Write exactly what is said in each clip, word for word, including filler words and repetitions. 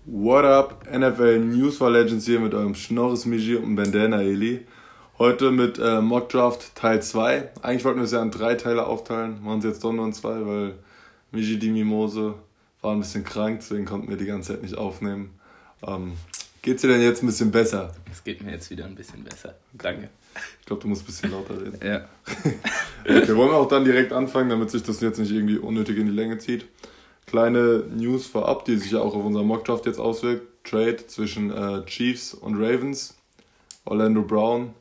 What up, N F L News for Legends hier mit eurem Schnorres Migi und Bandana Eli. Heute mit äh, Mockdraft Teil zwei. Eigentlich wollten wir es ja in drei Teile aufteilen, machen es jetzt doch nur in zwei, weil Migi die Mimose war ein bisschen krank, deswegen konnten wir die ganze Zeit nicht aufnehmen. Ähm, geht's dir denn jetzt ein bisschen besser? Es geht mir jetzt wieder ein bisschen besser. Danke. Ich glaube, du musst ein bisschen lauter reden. Ja. Okay, wollen wir auch dann direkt anfangen, damit sich das jetzt nicht irgendwie unnötig in die Länge zieht. Kleine News vorab, die sich ja auch auf unser Mockdraft jetzt auswirkt. Trade zwischen äh, Chiefs und Ravens. Orlando Brown.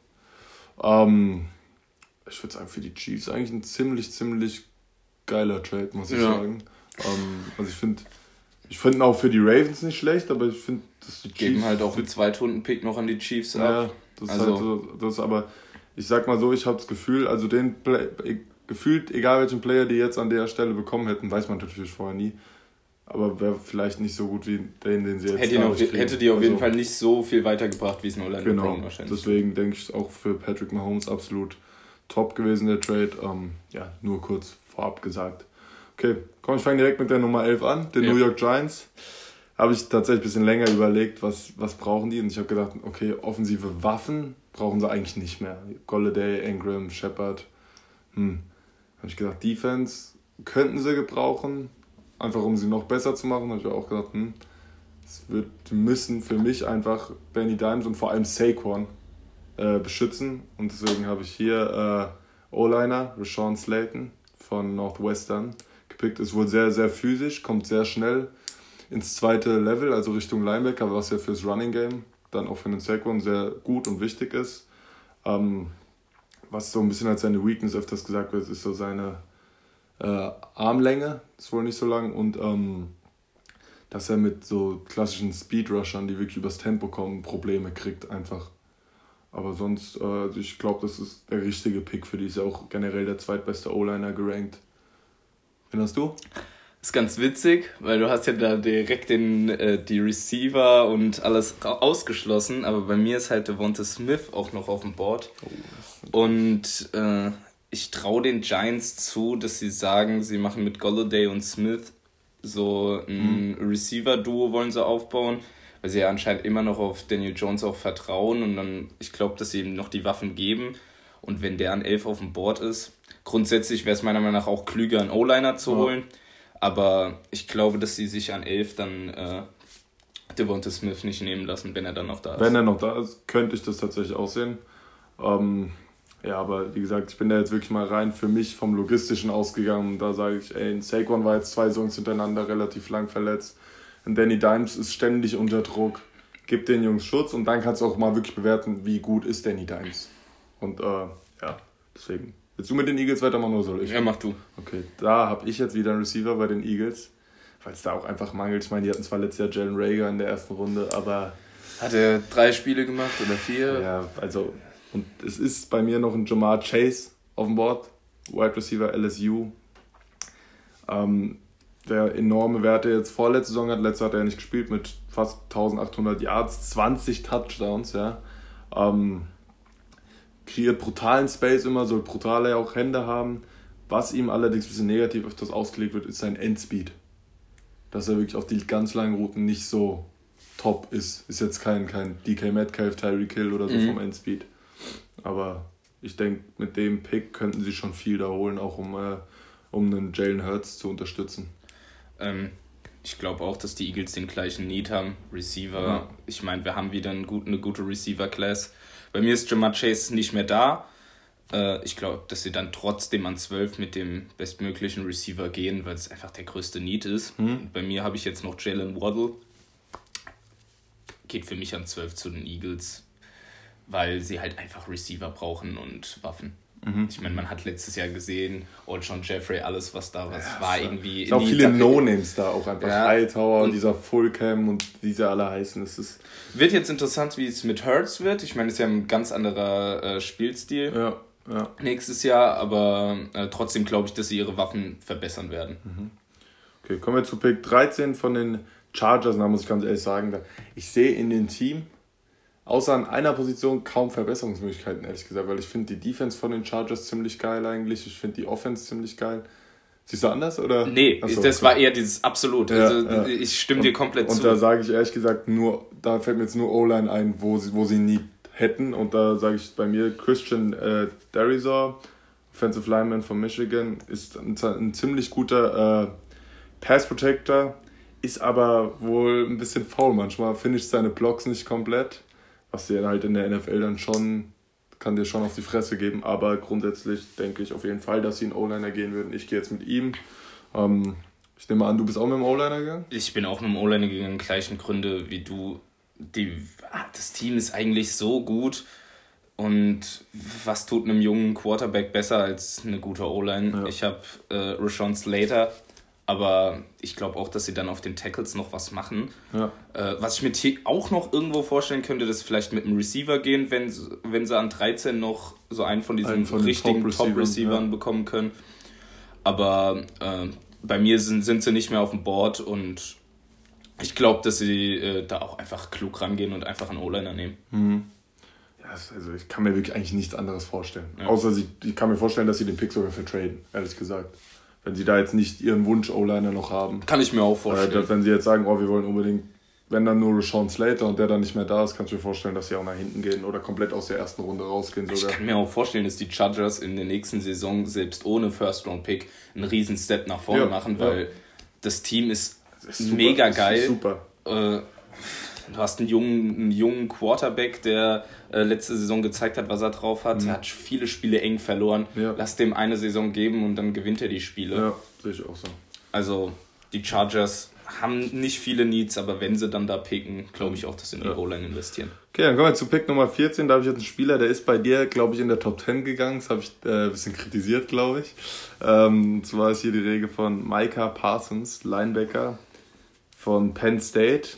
Ähm, ich würde sagen, für die Chiefs eigentlich ein ziemlich, ziemlich geiler Trade, muss ich ja. sagen. Ähm, also ich finde ich finde auch für die Ravens nicht schlecht, aber ich finde, dass die Chiefs... Geben halt auch einen Zweitrunden-Pick noch an die Chiefs ab. Ja, das also. ist halt so, das ist aber... Ich sag mal so, ich habe das Gefühl, also den Play, gefühlt, egal welchen Player die jetzt an der Stelle bekommen hätten, weiß man natürlich vorher nie, aber wäre vielleicht nicht so gut wie den, den sie jetzt hätte, auf, hätte die auf also, jeden Fall nicht so viel weitergebracht, wie es in Orlando genau, Brown wahrscheinlich. Deswegen denke ich auch für Patrick Mahomes absolut top gewesen, der Trade. Ähm, ja, nur kurz vorab gesagt. Okay, komm, ich fange direkt mit der Nummer elf an, den ja. New York Giants. Habe ich tatsächlich ein bisschen länger überlegt, was, was brauchen die, und ich habe gedacht, okay, offensive Waffen brauchen sie eigentlich nicht mehr. Golladay, Ingram, Shepard. Hm. Habe ich gedacht, Defense könnten sie gebrauchen, einfach um sie noch besser zu machen. Habe ich auch gedacht, hm, es wird, die müssen für mich einfach Danny Dimes und vor allem Saquon äh, beschützen. Und deswegen habe ich hier äh, O-Liner, Rashawn Slaton von Northwestern gepickt. Ist wohl sehr, sehr physisch, kommt sehr schnell ins zweite Level, also Richtung Linebacker, was ja fürs Running Game dann auch für den Saquon sehr gut und wichtig ist. Ähm, was so ein bisschen als seine Weakness öfters gesagt wird, ist so seine äh, Armlänge, ist wohl nicht so lang, und ähm, dass er mit so klassischen Speedrushern, die wirklich übers Tempo kommen, Probleme kriegt einfach. Aber sonst, äh, ich glaube, das ist der richtige Pick für die, ist ja auch generell der zweitbeste O-Liner gerankt. Wen hast du? Das ist ganz witzig, weil du hast ja da direkt den, äh, die Receiver und alles ausgeschlossen, aber bei mir ist halt Devonta Smith auch noch auf dem Board. Oh, und äh, ich traue den Giants zu, dass sie sagen, sie machen mit Golladay und Smith so ein mhm. Receiver-Duo wollen sie aufbauen, weil sie ja anscheinend immer noch auf Daniel Jones auch vertrauen, und dann, ich glaube, dass sie ihm noch die Waffen geben, und wenn der an elf auf dem Board ist, grundsätzlich wäre es meiner Meinung nach auch klüger, einen O-Liner zu holen. Oh. Aber ich glaube, dass sie sich an elf dann äh, Devonta Smith nicht nehmen lassen, wenn er dann noch da ist. Wenn er noch da ist, könnte ich das tatsächlich auch sehen. Ähm, ja, aber wie gesagt, ich bin da jetzt wirklich mal rein für mich vom Logistischen ausgegangen. Da sage ich, ey, Saquon war jetzt zwei Songs hintereinander relativ lang verletzt. Und Danny Dimes ist ständig unter Druck. Gib den Jungs Schutz, und dann kannst du auch mal wirklich bewerten, wie gut ist Danny Dimes. Und äh, ja, deswegen... Willst du mit den Eagles weitermachen oder soll ich? Ja, mach du. Okay, da habe ich jetzt wieder einen Receiver bei den Eagles, weil es da auch einfach mangelt. Ich meine, die hatten zwar letztes Jahr Jalen Reagor in der ersten Runde, aber... Hat er drei Spiele gemacht oder vier? Ja, also... Und es ist bei mir noch ein Jamar Chase auf dem Board, Wide Receiver L S U. Ähm, der enorme Werte jetzt vorletzte Saison hat. Letzte hat er nicht gespielt mit fast eintausendachthundert Yards, zwanzig Touchdowns, ja. Ähm... kreiert brutalen Space immer, soll brutale auch Hände haben. Was ihm allerdings ein bisschen negativ öfters ausgelegt wird, ist sein Endspeed. Dass er wirklich auf die ganz langen Routen nicht so top ist. Ist jetzt kein, kein D K Metcalf, Tyreek Hill oder so mhm. vom Endspeed. Aber ich denke, mit dem Pick könnten sie schon viel da holen, auch um, äh, um einen Jalen Hurts zu unterstützen. Ähm, ich glaube auch, dass die Eagles den gleichen Need haben. Receiver. Ja. Ich meine, wir haben wieder einen guten, eine gute Receiver-Class. Bei mir ist Jamar Chase nicht mehr da. Äh, ich glaube, dass sie dann trotzdem an zwölf mit dem bestmöglichen Receiver gehen, weil es einfach der größte Need ist. Mhm. Bei mir habe ich jetzt noch Jalen Waddle. Geht für mich an zwölf zu den Eagles, weil sie halt einfach Receiver brauchen und Waffen. Mhm. Ich meine, man hat letztes Jahr gesehen, Alshon Jeffrey, alles was da was ja, war irgendwie... Es sind auch viele No-Names da, auch einfach ja. Hightower, und dieser Fullcam und wie sie alle heißen. Es ist wird jetzt interessant, wie es mit Hurts wird. Ich meine, es ist ja ein ganz anderer äh, Spielstil ja, ja. nächstes Jahr, aber äh, trotzdem glaube ich, dass sie ihre Waffen verbessern werden. Mhm. Okay, kommen wir zu Pick dreizehn von den Chargers. Da muss ich ganz ehrlich sagen, ich sehe in dem Team außer an einer Position kaum Verbesserungsmöglichkeiten, ehrlich gesagt, weil ich finde die Defense von den Chargers ziemlich geil eigentlich, ich finde die Offense ziemlich geil. Siehst du anders? Oder? Nee, Achso, das okay. war eher dieses absolut. Ja, also ja. Ich stimme und, dir komplett und zu. Und da sage ich ehrlich gesagt nur, da fällt mir jetzt nur O-Line ein, wo sie, wo sie nie hätten. Und da sage ich bei mir Christian äh, Derizor, Offensive Lineman von Michigan, ist ein, ein ziemlich guter äh, Pass Protector, ist aber wohl ein bisschen faul manchmal, finisht seine Blocks nicht komplett, was dir halt in der N F L dann schon, kann dir schon auf die Fresse geben, aber grundsätzlich denke ich auf jeden Fall, dass sie einen O-Liner gehen würden. Ich gehe jetzt mit ihm. Ähm, ich nehme an, du bist auch mit dem O-Liner gegangen? Ich bin auch mit dem O-Liner gegangen, gleichen Gründe wie du. Die, das Team ist eigentlich so gut und was tut einem jungen Quarterback besser als eine gute O-Line? Ja. Ich habe äh, Rashawn Slater, aber ich glaube auch, dass sie dann auf den Tackles noch was machen. Ja. Äh, was ich mir t- auch noch irgendwo vorstellen könnte, dass sie vielleicht mit einem Receiver gehen, wenn, wenn sie an dreizehn noch so einen von diesen einen von richtigen Top-Receivern, Top-Receivern ja. bekommen können. Aber äh, bei mir sind, sind sie nicht mehr auf dem Board und ich glaube, dass sie äh, da auch einfach klug rangehen und einfach einen O-Liner nehmen. Mhm. Ja, also ich kann mir wirklich eigentlich nichts anderes vorstellen. Ja. Außer sie, ich kann mir vorstellen, dass sie den Pick sogar vertraden, ehrlich gesagt. Wenn sie da jetzt nicht ihren Wunsch-O-Liner noch haben. Kann ich mir auch vorstellen. Äh, wenn sie jetzt sagen, oh, wir wollen unbedingt, wenn dann nur Rashawn Slater und der dann nicht mehr da ist, kannst du dir vorstellen, dass sie auch nach hinten gehen oder komplett aus der ersten Runde rausgehen. Sogar. Ich kann mir auch vorstellen, dass die Chargers in der nächsten Saison selbst ohne First-Round-Pick einen riesen Step nach vorne ja, machen, weil ja. das Team ist, ist super, mega geil. Ist super. Äh, du hast einen jungen, einen jungen Quarterback, der äh, letzte Saison gezeigt hat, was er drauf hat. Mhm. Er hat viele Spiele eng verloren. Ja. Lass dem eine Saison geben und dann gewinnt er die Spiele. Ja, sehe ich auch so. Also die Chargers haben nicht viele Needs, aber wenn sie dann da picken, glaube ich auch, dass sie in die ja. O-Line investieren. Okay, dann kommen wir zu Pick Nummer vierzehn. Da habe ich jetzt einen Spieler, der ist bei dir, glaube ich, in der Top zehn gegangen. Das habe ich äh, ein bisschen kritisiert, glaube ich. Ähm, und zwar ist hier die Rede von Micah Parsons, Linebacker von Penn State.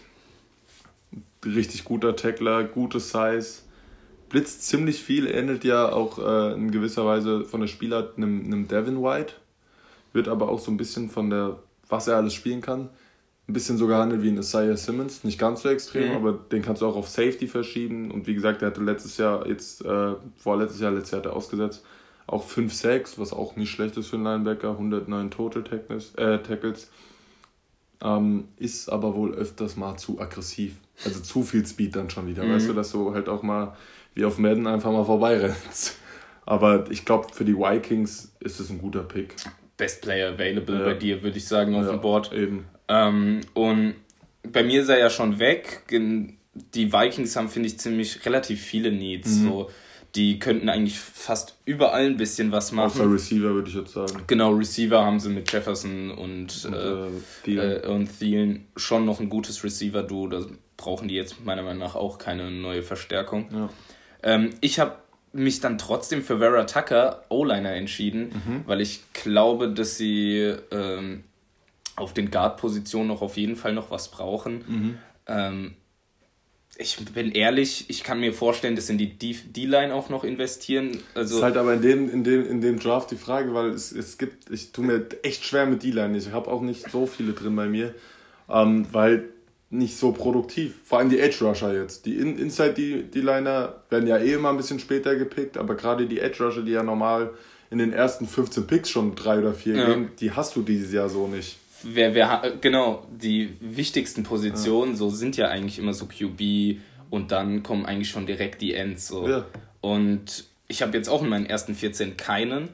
Richtig guter Tackler, gute Size, blitzt ziemlich viel, ähnelt ja auch äh, in gewisser Weise von der Spielart einem, einem Devin White, wird aber auch so ein bisschen von der, was er alles spielen kann, ein bisschen so gehandelt wie ein Isaiah Simmons, nicht ganz so extrem, mhm. aber den kannst du auch auf Safety verschieben und wie gesagt, der hatte letztes Jahr, jetzt äh, vorletztes Jahr, letztes Jahr hat er ausgesetzt, auch fünf Sacks, was auch nicht schlecht ist für einen Linebacker, hundertneun Total Tackles, äh, Tackles. Ähm, ist aber wohl öfters mal zu aggressiv. Also zu viel Speed dann schon wieder. Mhm. Weißt du, dass du halt auch mal wie auf Madden einfach mal vorbeirennst. Aber ich glaube, für die Vikings ist es ein guter Pick. Best Player available ja. bei dir, würde ich sagen, auf ja, dem Board. Eben. Ähm, und bei mir ist er ja schon weg. Die Vikings haben, finde ich, ziemlich relativ viele Needs. Mhm. So. Die könnten eigentlich fast überall ein bisschen was machen. Außer Receiver, würde ich jetzt sagen. Genau, Receiver haben sie mit Jefferson und, und, äh, Thielen. Äh, und Thielen schon noch ein gutes Receiver-Duo. Da brauchen die jetzt meiner Meinung nach auch keine neue Verstärkung. Ja. Ähm, ich habe mich dann trotzdem für Vera Tucker, O-Liner, entschieden, mhm. weil ich glaube, dass sie ähm, auf den Guard-Positionen noch auf jeden Fall noch was brauchen. Mhm. Ähm, Ich bin ehrlich, ich kann mir vorstellen, dass in die D-Line auch noch investieren. Also das ist halt aber in dem, in dem, in dem Draft die Frage, weil es, es gibt, ich tue mir echt schwer mit D-Line. Ich habe auch nicht so viele drin bei mir, ähm, weil nicht so produktiv. Vor allem die Edge-Rusher jetzt. Die in, Inside-D-Liner werden ja eh immer ein bisschen später gepickt, aber gerade die Edge-Rusher, die ja normal in den ersten fünfzehn Picks schon drei oder vier ja. gehen, die hast du dieses Jahr so nicht. Wer, wer, genau, die wichtigsten Positionen ja. so sind ja eigentlich immer so Q B und dann kommen eigentlich schon direkt die Ends. So. Ja. Und ich habe jetzt auch in meinen ersten vierzehn keinen.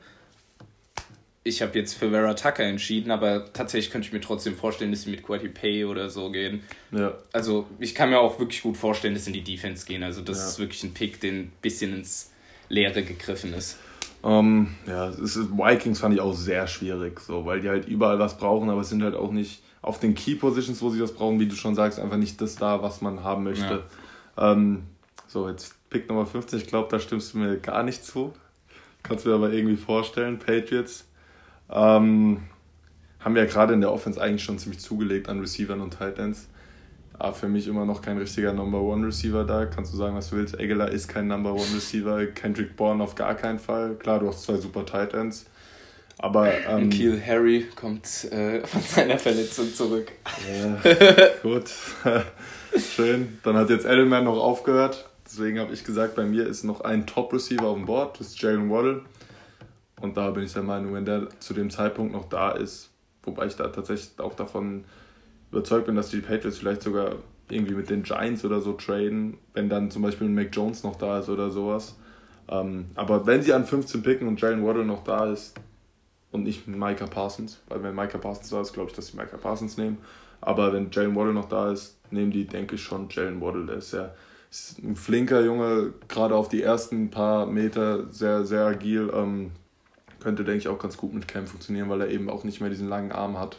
Ich habe jetzt für Vera Tucker entschieden, aber tatsächlich könnte ich mir trotzdem vorstellen, dass sie mit Quatty Pay oder so gehen. Ja. Also ich kann mir auch wirklich gut vorstellen, dass sie in die Defense gehen. Also das ja. ist wirklich ein Pick, der ein bisschen ins Leere gegriffen ist. Um, ja, es ist, Vikings fand ich auch sehr schwierig, so, weil die halt überall was brauchen, aber es sind halt auch nicht auf den Key Positions, wo sie das brauchen, wie du schon sagst, einfach nicht das da, was man haben möchte. Ja. Um, so, jetzt Pick Nummer fünfzehn, ich glaube, da stimmst du mir gar nicht zu. Kannst du mir aber irgendwie vorstellen, Patriots. Um, haben ja gerade in der Offense eigentlich schon ziemlich zugelegt an Receivern und Tight Ends. Aber für mich immer noch kein richtiger Number One Receiver da. Kannst du sagen, was du willst. Aguilar ist kein Number One Receiver. Kendrick Bourne auf gar keinen Fall. Klar, du hast zwei super Tight Ends. Aber ähm, N'Keal Harry kommt äh, von seiner Verletzung zurück. Ja, gut. Schön. Dann hat jetzt Edelman noch aufgehört. Deswegen habe ich gesagt, bei mir ist noch ein Top Receiver auf dem Board. Das ist Jalen Waddle. Und da bin ich der Meinung, wenn der zu dem Zeitpunkt noch da ist, wobei ich da tatsächlich auch davon überzeugt bin, dass die Patriots vielleicht sogar irgendwie mit den Giants oder so traden, wenn dann zum Beispiel ein Mac Jones noch da ist oder sowas. Ähm, aber wenn sie an fünfzehn picken und Jalen Waddle noch da ist und nicht Micah Parsons, weil wenn Micah Parsons da ist, glaube ich, dass sie Micah Parsons nehmen. Aber wenn Jalen Waddle noch da ist, nehmen die, denke ich, schon Jalen Waddle. Der ist ja ist ein flinker Junge, gerade auf die ersten paar Meter sehr, sehr agil. Ähm, könnte, denke ich, auch ganz gut mit Cam funktionieren, weil er eben auch nicht mehr diesen langen Arm hat.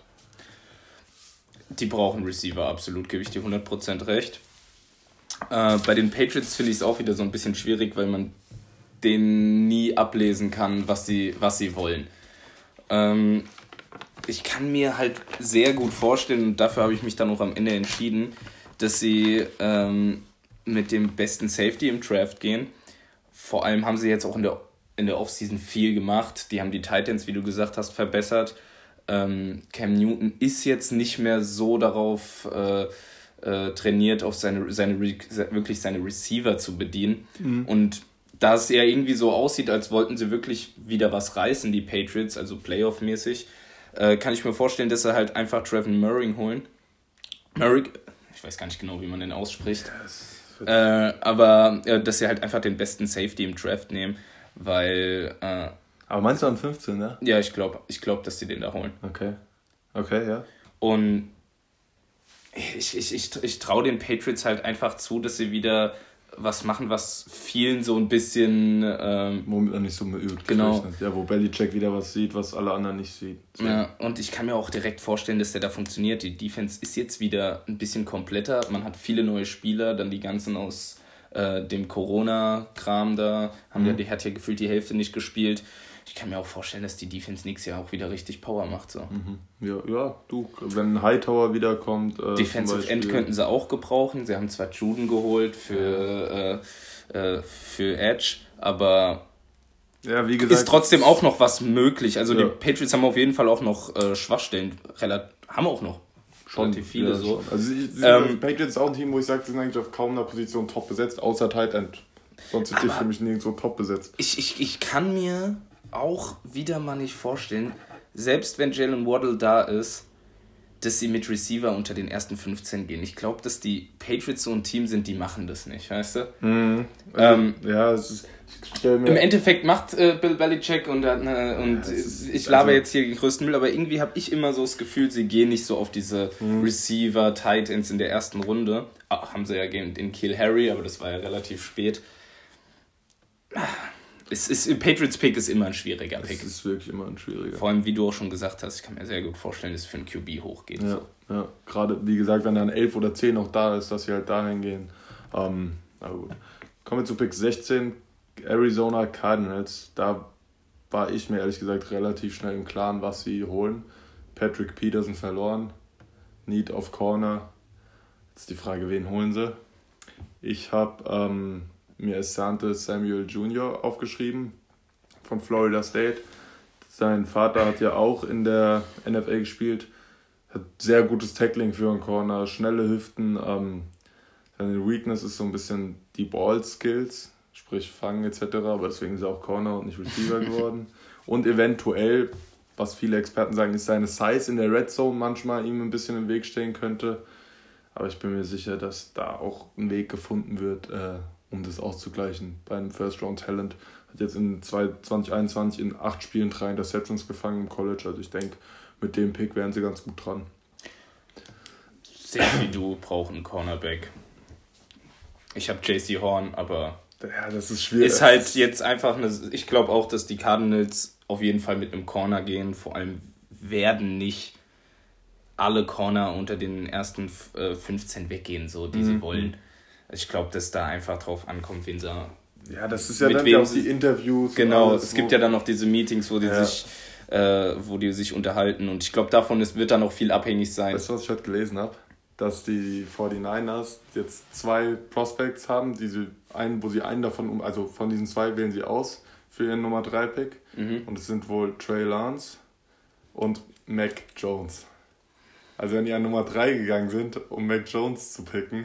Die brauchen Receiver, absolut, gebe ich dir hundert Prozent recht. Äh, bei den Patriots finde ich es auch wieder so ein bisschen schwierig, weil man denen nie ablesen kann, was sie, was sie wollen. Ähm, ich kann mir halt sehr gut vorstellen, und dafür habe ich mich dann auch am Ende entschieden, dass sie ähm, mit dem besten Safety im Draft gehen. Vor allem haben sie jetzt auch in der, in der Offseason viel gemacht. Die haben die Titans, wie du gesagt hast, verbessert. Ähm, Cam Newton ist jetzt nicht mehr so darauf äh, äh, trainiert, auf seine, seine wirklich seine Receiver zu bedienen. Mhm. Und da es ja irgendwie so aussieht, als wollten sie wirklich wieder was reißen, die Patriots, also Playoff-mäßig, äh, kann ich mir vorstellen, dass sie halt einfach Trevin Murray holen. Murray, ich weiß gar nicht genau, wie man den ausspricht. Äh, aber äh, dass sie halt einfach den besten Safety im Draft nehmen, weil... Äh, aber meinst du an fünfzehn, ne? Ja, ich glaube, ich glaub, dass die den da holen. Okay. Okay, ja. Und ich, ich, ich, ich traue den Patriots halt einfach zu, dass sie wieder was machen, was vielen so ein bisschen... Ähm, Womit man nicht so übt. Genau. Ja, wo Belichick wieder was sieht, was alle anderen nicht sieht. So. Ja, und ich kann mir auch direkt vorstellen, dass der da funktioniert. Die Defense ist jetzt wieder ein bisschen kompletter. Man hat viele neue Spieler, dann die ganzen aus äh, dem Corona-Kram da. Haben mhm. ja, die hat ja gefühlt die Hälfte nicht gespielt. Ich kann mir auch vorstellen, dass die Defense nächstes Jahr auch wieder richtig Power macht. So. Mhm. Ja, ja, du, wenn Hightower wiederkommt... Äh, Defensive End könnten sie auch gebrauchen. Sie haben zwar Juden geholt für, äh, äh, für Edge, aber ja, wie gesagt, ist trotzdem auch noch was möglich. Also ja. die Patriots haben auf jeden Fall auch noch äh, Schwachstellen. Relativ, haben auch noch schon, relativ viele. Ja, so. Schon. Also ich, ähm, Patriots ist auch ein Team, wo ich sage, die sind eigentlich auf kaum einer Position top besetzt, außer Tight End. Sonst ist die für mich nirgendwo top besetzt. Ich, ich, ich kann mir auch wieder mal nicht vorstellen, selbst wenn Jalen Waddle da ist, dass sie mit Receiver unter den ersten fünfzehn gehen. Ich glaube, dass die Patriots so ein Team sind, die machen das nicht, weißt du? Mhm. Also, ähm, ja, es ist, ich stell mir im Endeffekt macht äh, Bill Belichick und, äh, und ja, ist, ich laber also, jetzt hier den größten Müll, aber irgendwie habe ich immer so das Gefühl, sie gehen nicht so auf diese mhm. Receiver, Tight Ends in der ersten Runde. Ach, haben sie ja gegen den Kill Harry, aber das war ja relativ spät. Es ist, Patriots Pick ist immer ein schwieriger Pick. Es ist wirklich immer ein schwieriger. Vor allem, wie du auch schon gesagt hast, ich kann mir sehr gut vorstellen, dass es für einen Q B hochgeht. Ja, so. ja. Gerade, wie gesagt, wenn dann elf oder zehn noch da ist, dass sie halt dahin gehen. Ähm, na gut. Kommen wir zu Pick sechzehn, Arizona Cardinals. Da war ich mir ehrlich gesagt relativ schnell im Klaren, was sie holen. Patrick Peterson verloren, Need auf Corner. Jetzt die Frage, wen holen sie? Ich habe... Ähm, mir ist Asante Samuel Junior aufgeschrieben von Florida State. Sein Vater hat ja auch in der N F L gespielt. Hat sehr gutes Tackling für einen Corner, schnelle Hüften. Ähm, seine Weakness ist so ein bisschen die Ball-Skills, sprich Fangen et cetera. Aber deswegen ist er auch Corner und nicht Receiver geworden. Und eventuell, was viele Experten sagen, ist seine Size in der Red Zone manchmal ihm ein bisschen im Weg stehen könnte. Aber ich bin mir sicher, dass da auch ein Weg gefunden wird, äh, um das auszugleichen. Beim First-Round-Talent hat jetzt in zwanzig einundzwanzig in acht Spielen drei Interceptions gefangen im College. Also ich denke, mit dem Pick wären sie ganz gut dran. Sehr wie du brauchen einen Cornerback. Ich habe J C Horn, aber ja, das ist schwierig. Ist halt jetzt einfach eine... Ich glaube auch, dass die Cardinals auf jeden Fall mit einem Corner gehen. Vor allem werden nicht alle Corner unter den ersten fünfzehn weggehen, so die mhm. sie wollen. Ich glaube, dass da einfach drauf ankommt, wen sie... Ja, das ist ja dann ja auch die Interviews. Genau, alles, es gibt ja dann noch diese Meetings, wo die, ja. sich, äh, wo die sich unterhalten. Und ich glaube, davon ist, wird dann auch viel abhängig sein. Weißt du, was ich heute gelesen habe? Dass die forty-niners jetzt zwei Prospects haben, die sie einen, wo sie einen davon... Also von diesen zwei wählen sie aus für ihren Nummer drei Pick. Mhm. Und es sind wohl Trey Lance und Mac Jones. Also wenn die an Nummer drei gegangen sind, um Mac Jones zu picken...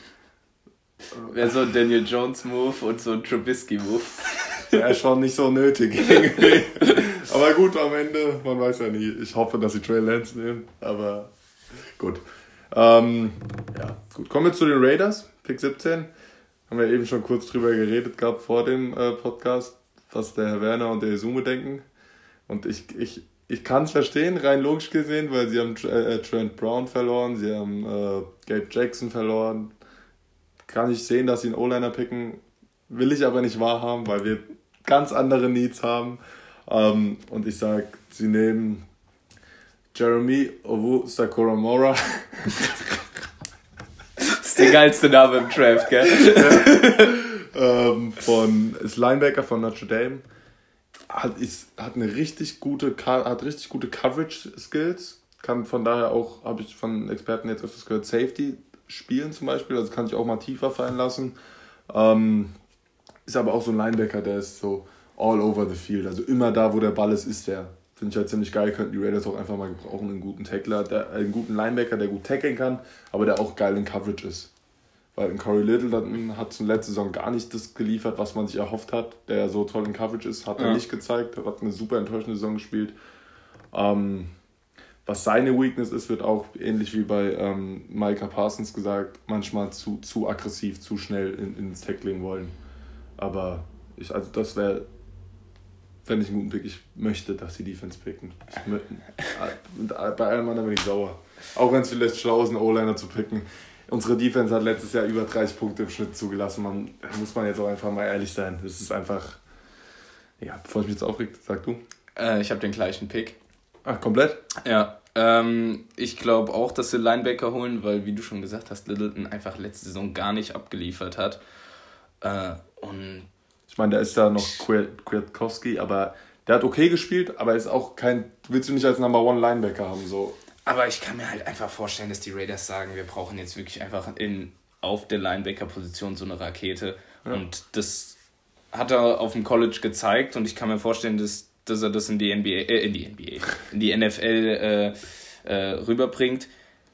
Wäre so ein Daniel Jones Move und so ein Trubisky Move. Wäre schon nicht so nötig. Aber gut, am Ende, man weiß ja nie. Ich hoffe, dass sie Trey Lance nehmen, aber gut. Ähm, ja, gut. Kommen wir zu den Raiders, Pick siebzehn. Haben wir eben schon kurz drüber geredet gehabt vor dem äh, Podcast, was der Herr Werner und der Izume denken. Und ich, ich, ich kann es verstehen, rein logisch gesehen, weil sie haben äh, Trent Brown verloren, sie haben äh, Gabe Jackson verloren. Kann ich sehen, dass sie einen O-Liner picken, will ich aber nicht wahrhaben, weil wir ganz andere Needs haben. Ähm, und ich sag, sie nehmen Jeremy Owusu-Koramoah. Das ist der geilste Name im Draft, gell? ähm, von, ist Linebacker von Notre Dame. Hat, ist, hat eine richtig gute, hat richtig gute Coverage-Skills. Kann von daher auch, habe ich von Experten jetzt öfters gehört, Safety spielen zum Beispiel. Also kann sich auch mal tiefer fallen lassen. Ähm, ist aber auch so ein Linebacker, der ist so all over the field. Also immer da, wo der Ball ist, ist der. Finde ich halt ziemlich geil. Könnten die Raiders auch einfach mal gebrauchen. Einen guten Tackler, der, einen guten Linebacker, der gut tackeln kann, aber der auch geil in Coverage ist. Weil ein Corey Little hat in letzter Saison gar nicht das geliefert, was man sich erhofft hat. Der so toll in Coverage ist, hat er ja. nicht gezeigt. Er hat eine super enttäuschende Saison gespielt. Ähm, was seine Weakness ist, wird auch ähnlich wie bei ähm, Micah Parsons gesagt, manchmal zu, zu aggressiv, zu schnell in, ins Tackling wollen. Aber ich, also das wäre, wenn ich einen guten Pick, ich möchte, dass die Defense picken. Ich möchte, bei allem anderen bin ich sauer. Auch wenn es vielleicht schlau ist, einen O-Liner zu picken. Unsere Defense hat letztes Jahr über dreißig Punkte im Schnitt zugelassen. Man, muss man jetzt auch einfach mal ehrlich sein. Das ist einfach, ja, bevor ich mich jetzt aufregt, sag du. Äh, ich habe den gleichen Pick. Ach, komplett? Ja. Ähm, ich glaube auch, dass sie Linebacker holen, weil, wie du schon gesagt hast, Littleton einfach letzte Saison gar nicht abgeliefert hat. Äh, und ich meine, da ist da noch Kwiatkowski, aber der hat okay gespielt, aber ist auch kein, willst du nicht als Number One Linebacker haben, so. Aber ich kann mir halt einfach vorstellen, dass die Raiders sagen, wir brauchen jetzt wirklich einfach in, auf der Linebacker-Position so eine Rakete. Ja. Und das hat er auf dem College gezeigt und ich kann mir vorstellen, dass, dass er das in die N B A, äh, in die N B A, in die N F L äh, äh, rüberbringt.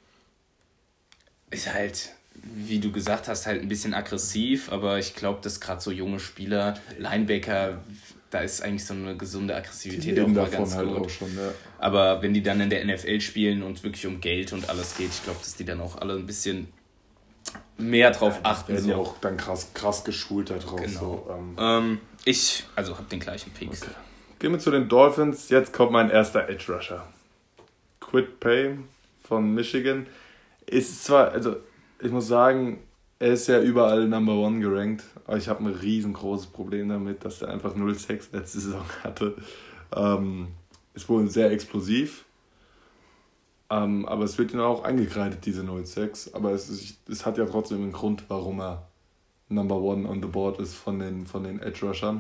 Ist halt, wie du gesagt hast, halt ein bisschen aggressiv, aber ich glaube, dass gerade so junge Spieler, Linebacker, da ist eigentlich so eine gesunde Aggressivität auch mal ganz halt gut. Auch schon, ja. Aber wenn die dann in der N F L spielen und wirklich um Geld und alles geht, ich glaube, dass die dann auch alle ein bisschen mehr drauf ja, achten. Werden so. Ja auch dann krass, krass geschult da drauf. Genau. So, ähm. Ähm, ich, also habe den gleichen Pick. Okay. Gehen wir zu den Dolphins. Jetzt kommt mein erster Edge Rusher. Quid Pay von Michigan. Ist zwar, also ich muss sagen, er ist ja überall Number One gerankt, aber ich habe ein riesengroßes Problem damit, dass er einfach null sechs letzte Saison hatte. Ähm, ist wohl sehr explosiv, ähm, aber es wird ihm auch angekreidet, diese null sechs. Aber es, ist, es hat ja trotzdem einen Grund, warum er Number One on the board ist von den, von den Edge-Rushern.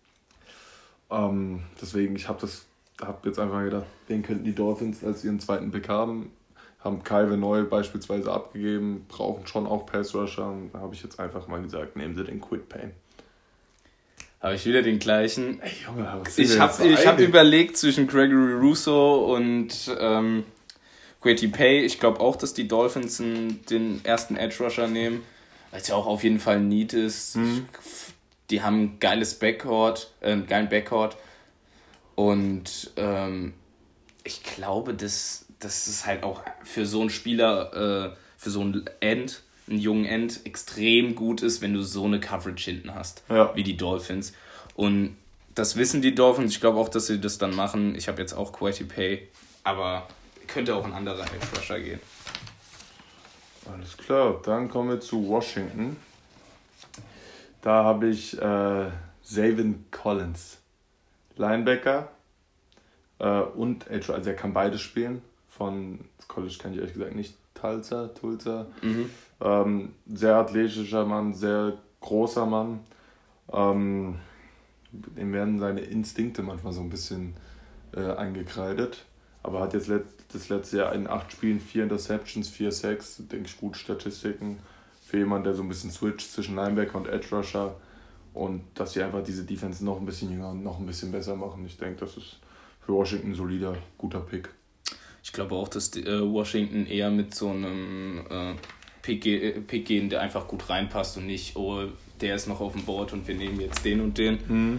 Ähm, deswegen, ich habe hab jetzt einfach gedacht, den könnten die Dolphins als ihren zweiten Pick haben. Haben Calvin Neu beispielsweise abgegeben, brauchen schon auch Pass-Rusher. Da habe ich jetzt einfach mal gesagt, nehmen sie den Quid Payne. Habe ich wieder den gleichen. Ey, Junge, was ich habe so hab überlegt zwischen Gregory Rousseau und ähm, Kwity Paye. Ich glaube auch, dass die Dolphins den ersten Edge-Rusher nehmen, weil es ja auch auf jeden Fall ein Need ist. Mhm. Die haben ein geiles Backcourt, äh, einen geilen Backcourt. Und ähm, ich glaube, dass dass es halt auch für so einen Spieler, äh, für so einen End, einen jungen End, extrem gut ist, wenn du so eine Coverage hinten hast, ja. wie die Dolphins. Und das wissen die Dolphins. Ich glaube auch, dass sie das dann machen. Ich habe jetzt auch Kwity Paye, aber könnte auch ein anderer Edge-Rusher gehen. Alles klar, dann kommen wir zu Washington. Da habe ich äh, Zaven Collins, Linebacker äh, und Edge, also er kann beides spielen. Von College kenne ich ehrlich gesagt nicht, Tulsa, Tulsa. Mhm. Ähm, sehr athletischer Mann, sehr großer Mann. Ähm, dem werden seine Instinkte manchmal so ein bisschen äh, eingekreidet. Aber hat jetzt let- das letzte Jahr in acht Spielen vier Interceptions, vier Sacks, denke ich, gute Statistiken für jemanden, der so ein bisschen switcht zwischen Linebacker und Edge Rusher. Und dass sie einfach diese Defense noch ein bisschen jünger und noch ein bisschen besser machen. Ich denke, das ist für Washington ein solider, guter Pick. Ich glaube auch, dass die, äh, Washington eher mit so einem äh, Pick, äh, Pick gehen, der einfach gut reinpasst und nicht, oh, der ist noch auf dem Board und wir nehmen jetzt den und den. Mhm.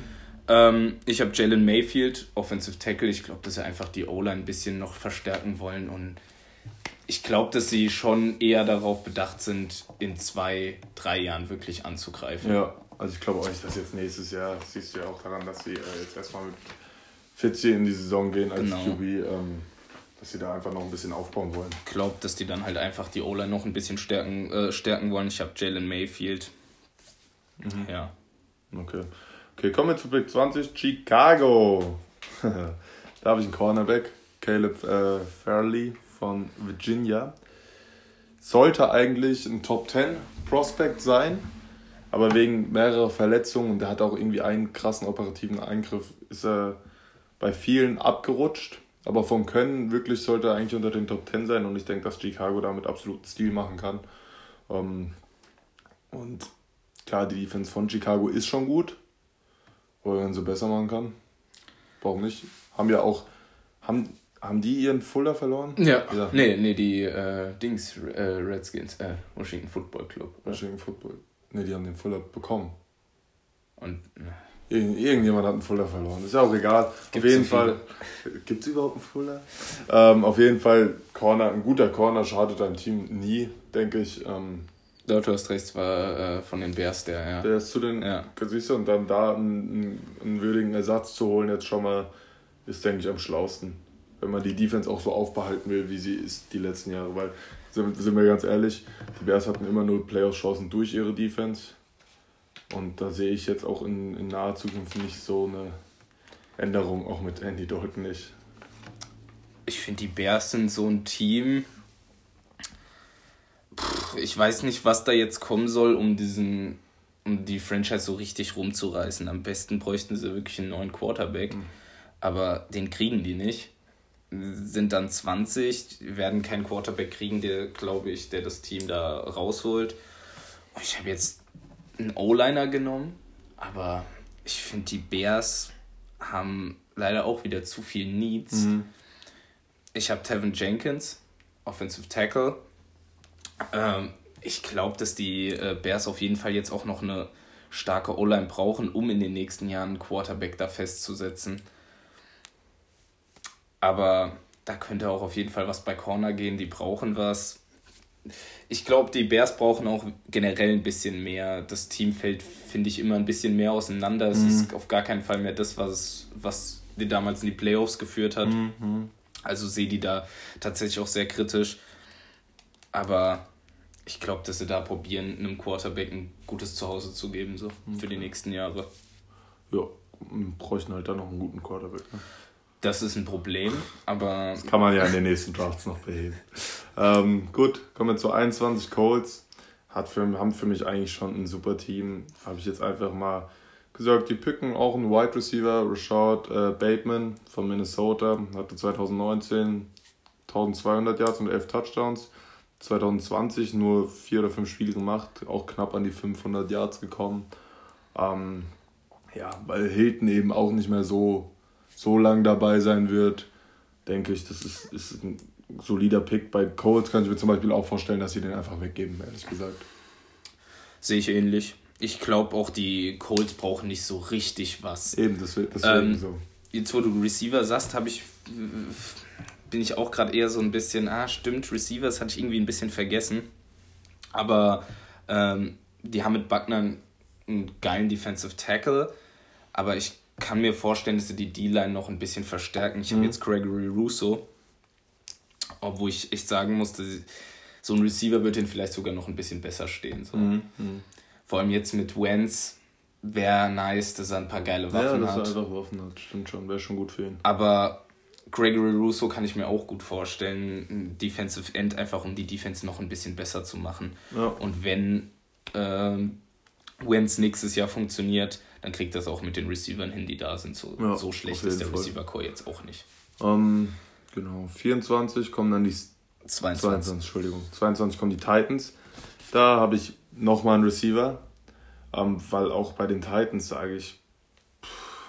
Ähm, ich habe Jalen Mayfield, Offensive Tackle. Ich glaube, dass sie einfach die O-Line ein bisschen noch verstärken wollen. Und ich glaube, dass sie schon eher darauf bedacht sind, in zwei, drei Jahren wirklich anzugreifen. Ja, also ich glaube auch nicht, dass jetzt nächstes Jahr, das siehst du ja auch daran, dass sie äh, jetzt erstmal mit Fitzy in die Saison gehen als Genau. Q B, ähm, dass sie da einfach noch ein bisschen aufbauen wollen. Ich glaube, dass die dann halt einfach die O-Line noch ein bisschen stärken, äh, stärken wollen. Ich habe Jalen Mayfield. Mhm. Ja. Okay. Okay, kommen wir zu Pick zwanzig, Chicago. Da habe ich einen Cornerback, Caleb äh, Farley von Virginia. Sollte eigentlich ein Top zehn Prospect sein, aber wegen mehrerer Verletzungen, und der hat auch irgendwie einen krassen operativen Eingriff, ist er bei vielen abgerutscht. Aber vom Können wirklich sollte er eigentlich unter den Top zehn sein, und ich denke, dass Chicago damit absoluten Stil machen kann. Ähm, und klar, die Defense von Chicago ist schon gut, aber wenn man sie besser machen kann, warum nicht? Haben ja auch, haben, haben die ihren Fuller verloren? Ja, ja. nee, nee, die äh, Dings, äh, Redskins, äh, Washington Football Club. Oder? Washington Football. Nee, die haben den Fuller bekommen. Und Irgend, irgendjemand hat einen Fuller verloren. Ist ja auch egal. Gibt's auf jeden so Fall. Gibt es überhaupt einen Fuller? Ähm, auf jeden Fall, Corner, ein guter Corner schadet deinem Team nie, denke ich. Ähm, ja, du hast recht, war äh, von den Bears der, ja. Der ist zu den, ja. siehst du, und dann da einen, einen würdigen Ersatz zu holen, jetzt schon mal, ist, denke ich, am schlausten. Wenn man die Defense auch so aufbehalten will, wie sie ist die letzten Jahre. Weil, sind, sind wir ganz ehrlich, die Bears hatten immer nur Playoff-Chancen durch ihre Defense. Und da sehe ich jetzt auch in, in naher Zukunft nicht so eine Änderung, auch mit Andy Dalton nicht. Ich finde, die Bears sind so ein Team. Puh, ich weiß nicht, was da jetzt kommen soll, um diesen, um die Franchise so richtig rumzureißen. Am besten bräuchten sie wirklich einen neuen Quarterback. Mhm. Aber den kriegen die nicht. Sind dann zwanzig, werden keinen Quarterback kriegen, der, glaube ich, der das Team da rausholt. Ich habe jetzt einen O-Liner genommen, aber ich finde, die Bears haben leider auch wieder zu viel Needs. Mhm. Ich habe Tevin Jenkins, Offensive Tackle. Ähm, ich glaube, dass die äh, Bears auf jeden Fall jetzt auch noch eine starke O-Line brauchen, um in den nächsten Jahren einen Quarterback da festzusetzen. Aber da könnte auch auf jeden Fall was bei Corner gehen, die brauchen was. Ich glaube, die Bears brauchen auch generell ein bisschen mehr. Das Team fällt, finde ich, immer ein bisschen mehr auseinander. Es mhm. ist auf gar keinen Fall mehr das, was, was die damals in die Playoffs geführt hat. Mhm. Also sehe die da tatsächlich auch sehr kritisch. Aber ich glaube, dass sie da probieren, einem Quarterback ein gutes Zuhause zu geben, so mhm. für die nächsten Jahre. Ja, bräuchten halt dann noch einen guten Quarterback, ne? Das ist ein Problem, aber... Das kann man ja in den nächsten Drafts noch beheben. ähm, gut, kommen wir zu einundzwanzig Colts. Hat für, haben für mich eigentlich schon ein super Team. Habe ich jetzt einfach mal gesagt, die picken auch einen Wide Receiver, Rashad äh, Bateman von Minnesota. Hatte zwanzig neunzehn eintausendzweihundert Yards und elf Touchdowns. zwanzig zwanzig nur vier oder fünf Spiele gemacht, auch knapp an die fünfhundert Yards gekommen. Ähm, ja, weil Hilton eben auch nicht mehr so... so lang dabei sein wird, denke ich, das ist, ist ein solider Pick. Bei Colts kann ich mir zum Beispiel auch vorstellen, dass sie den einfach weggeben, ehrlich gesagt. Sehe ich ähnlich. Ich glaube auch, die Colts brauchen nicht so richtig was. Eben, das wird ähm, so. Jetzt, wo du Receiver sagst, habe ich, bin ich auch gerade eher so ein bisschen, ah, stimmt, Receivers hatte ich irgendwie ein bisschen vergessen. Aber ähm, die haben mit Buckner einen geilen Defensive Tackle, aber ich kann mir vorstellen, dass sie die D-Line noch ein bisschen verstärken. Ich mhm. habe jetzt Gregory Rousseau, obwohl ich echt sagen musste, so ein Receiver wird den vielleicht sogar noch ein bisschen besser stehen. So. Mhm. Vor allem jetzt mit Wentz wäre nice, dass er ein paar geile Waffen hat. Ja, dass er einfach Waffen hat, stimmt schon, wäre schon gut für ihn. Aber Gregory Rousseau kann ich mir auch gut vorstellen, ein Defensive End, einfach um die Defense noch ein bisschen besser zu machen. Ja. Und wenn ähm, Wentz nächstes Jahr funktioniert, dann kriegt das auch mit den Receivern hin, die da sind. So, ja, so schlecht ist der Receiver-Core jetzt auch nicht. Um, genau, vierundzwanzig kommen dann die... zweiundzwanzig. zweiundzwanzig, Entschuldigung. zweiundzwanzig kommen die Titans. Da habe ich nochmal einen Receiver, ähm, weil auch bei den Titans sage ich, pff,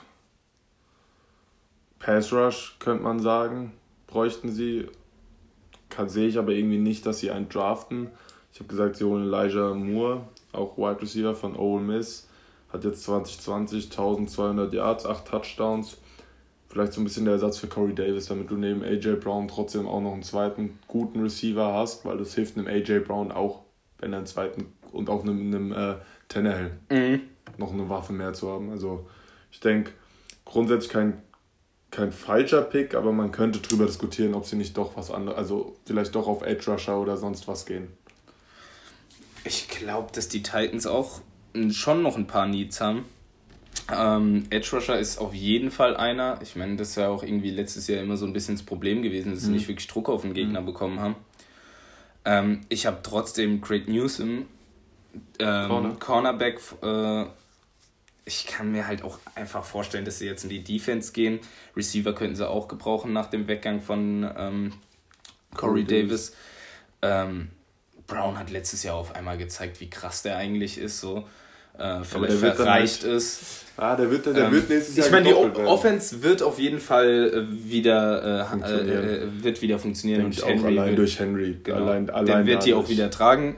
Pass Rush könnte man sagen, bräuchten sie. Kann, sehe ich aber irgendwie nicht, dass sie einen draften. Ich habe gesagt, sie holen Elijah Moore, auch Wide Receiver von Ole Miss. hat jetzt zwanzig zwanzig eintausendzweihundert Yards, acht Touchdowns. Vielleicht so ein bisschen der Ersatz für Corey Davis, damit du neben A J Brown trotzdem auch noch einen zweiten guten Receiver hast, weil das hilft einem A J Brown auch, wenn er einen zweiten und auch einem, einem äh, Tannehill mhm. noch eine Waffe mehr zu haben. Also ich denke, grundsätzlich kein, kein falscher Pick, aber man könnte drüber diskutieren, ob sie nicht doch was anderes, also vielleicht doch auf Edge Rusher oder sonst was gehen. Ich glaube, dass die Titans auch schon noch ein paar Needs haben. Ähm, Edge Rusher ist auf jeden Fall einer. Ich meine, das ist ja auch irgendwie letztes Jahr immer so ein bisschen das Problem gewesen, dass sie mhm. nicht wirklich Druck auf den Gegner mhm. bekommen haben. Ähm, ich habe trotzdem Craig Newsome, ähm, Corner. Cornerback. Äh, ich kann mir halt auch einfach vorstellen, dass sie jetzt in die Defense gehen. Receiver könnten sie auch gebrauchen nach dem Weggang von ähm, Corey Davis. Ähm, Brown hat letztes Jahr auf einmal gezeigt, wie krass der eigentlich ist. So. Äh, vielleicht verreicht halt, ist. Ah, der wird, der ähm, wird nächstes Jahr Ich meine, die o- Offense wird auf jeden Fall äh, wieder, äh, äh, wird wieder funktionieren. Und Henry allein wird, durch Henry. Genau, allein, allein der wird die auch wieder tragen.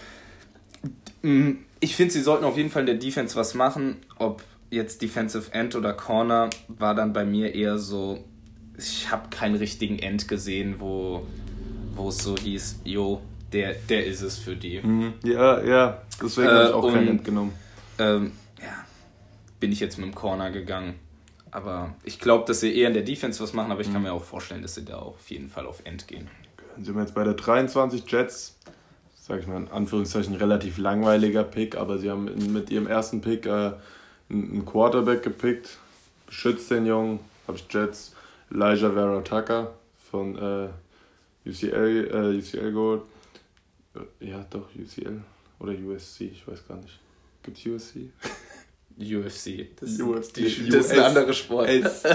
Ich finde, sie sollten auf jeden Fall in der Defense was machen. Ob jetzt Defensive End oder Corner, war dann bei mir eher so, ich habe keinen richtigen End gesehen, wo wo es so hieß, jo, der, der ist es für die. Mhm. Ja, ja, deswegen äh, habe ich auch keinen End genommen. Ähm, ja, bin ich jetzt mit dem Corner gegangen. Aber ich glaube, dass sie eher in der Defense was machen, aber ich mhm. kann mir auch vorstellen, dass sie da auch auf jeden Fall auf End gehen. Dann sind wir jetzt bei der dreiundzwanzig Jets. Sag ich mal in Anführungszeichen relativ langweiliger Pick, aber sie haben mit ihrem ersten Pick äh, einen Quarterback gepickt. Beschützt den Jungen, habe ich Jets. Elijah Vera Tucker von äh, U C L, äh, U C L Gold. Ja, doch, U C L oder U S C, ich weiß gar nicht. Gibt es U S C? U F C. Das, U F C. Die, das ist ein anderer Sport.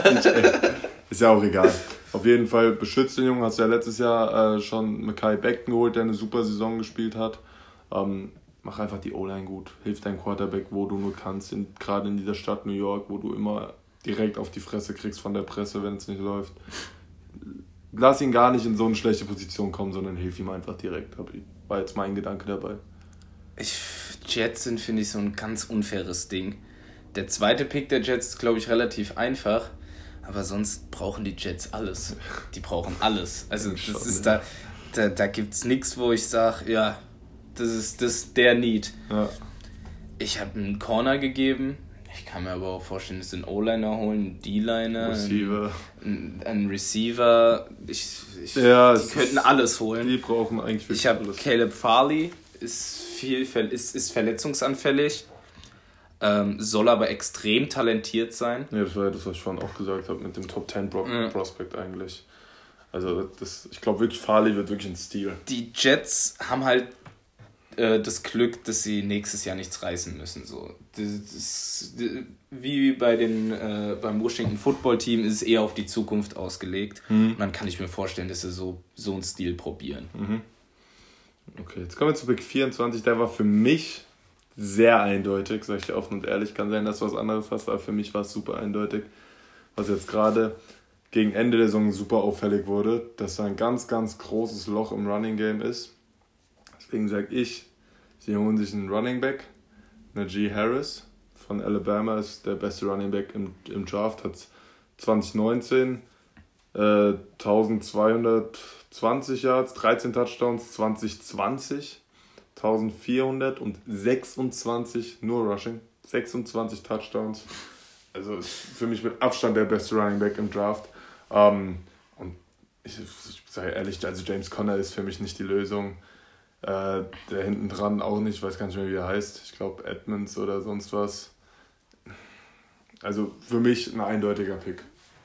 Ist ja auch egal. Auf jeden Fall beschützt den Jungen. Hast du ja letztes Jahr äh, schon Mekhi Becton geholt, der eine super Saison gespielt hat. Ähm, mach einfach die O-Line gut. Hilf deinem Quarterback, wo du nur kannst. In, gerade in dieser Stadt New York, wo du immer direkt auf die Fresse kriegst von der Presse, wenn es nicht läuft. Lass ihn gar nicht in so eine schlechte Position kommen, sondern hilf ihm einfach direkt. War jetzt mein Gedanke dabei. Ich, Jets sind, finde ich, so ein ganz unfaires Ding. Der zweite Pick der Jets ist, glaube ich, relativ einfach. Aber sonst brauchen die Jets alles. Die brauchen alles. Also das ist da, da, da gibt es nichts, wo ich sage, ja, das ist das der Need. Ja. Ich habe einen Corner gegeben. Ich kann mir aber auch vorstellen, dass sie einen O-Liner holen, einen D-Liner, Receiver. einen, einen Receiver. Ich, ich, ja, die könnten ist, alles holen. Die brauchen eigentlich wirklich Ich habe Caleb Farley, ist, viel, ist, ist verletzungsanfällig. Ähm, soll aber extrem talentiert sein. Ja, das war ja das, was ich vorhin auch gesagt habe, mit dem Top zehn Pro- ja. Prospect eigentlich. Also das, ich glaube wirklich, Farley wird wirklich ein Stil. Die Jets haben halt äh, das Glück, dass sie nächstes Jahr nichts reißen müssen. So. Das, das, das, wie bei den, äh, beim Washington Football Team ist es eher auf die Zukunft ausgelegt. Mhm. Und dann kann ich mir vorstellen, dass sie so, so einen Stil probieren. Mhm. Okay, jetzt kommen wir zu Pick vierundzwanzig. Der war für mich sehr eindeutig, sag ich dir offen und ehrlich. Kann sein, dass du was anderes hast, aber für mich war es super eindeutig. Was jetzt gerade gegen Ende der Saison super auffällig wurde, dass da ein ganz, ganz großes Loch im Running Game ist. Deswegen sage ich, sie holen sich einen Running Back. Najee Harris von Alabama ist der beste Running Back im, im Draft, hat zwanzig neunzehn äh, eintausendzweihundertzwanzig Yards, dreizehn Touchdowns, zwanzig zwanzig eintausendvierhundertsechsundzwanzig nur Rushing, sechsundzwanzig Touchdowns. Also ist für mich mit Abstand der beste Running Back im Draft. Ähm, und ich, ich sage ehrlich, also James Conner ist für mich nicht die Lösung. Äh, der hinten dran auch nicht, ich weiß gar nicht mehr, wie er heißt. Ich glaube Edmonds oder sonst was. Also für mich ein eindeutiger Pick.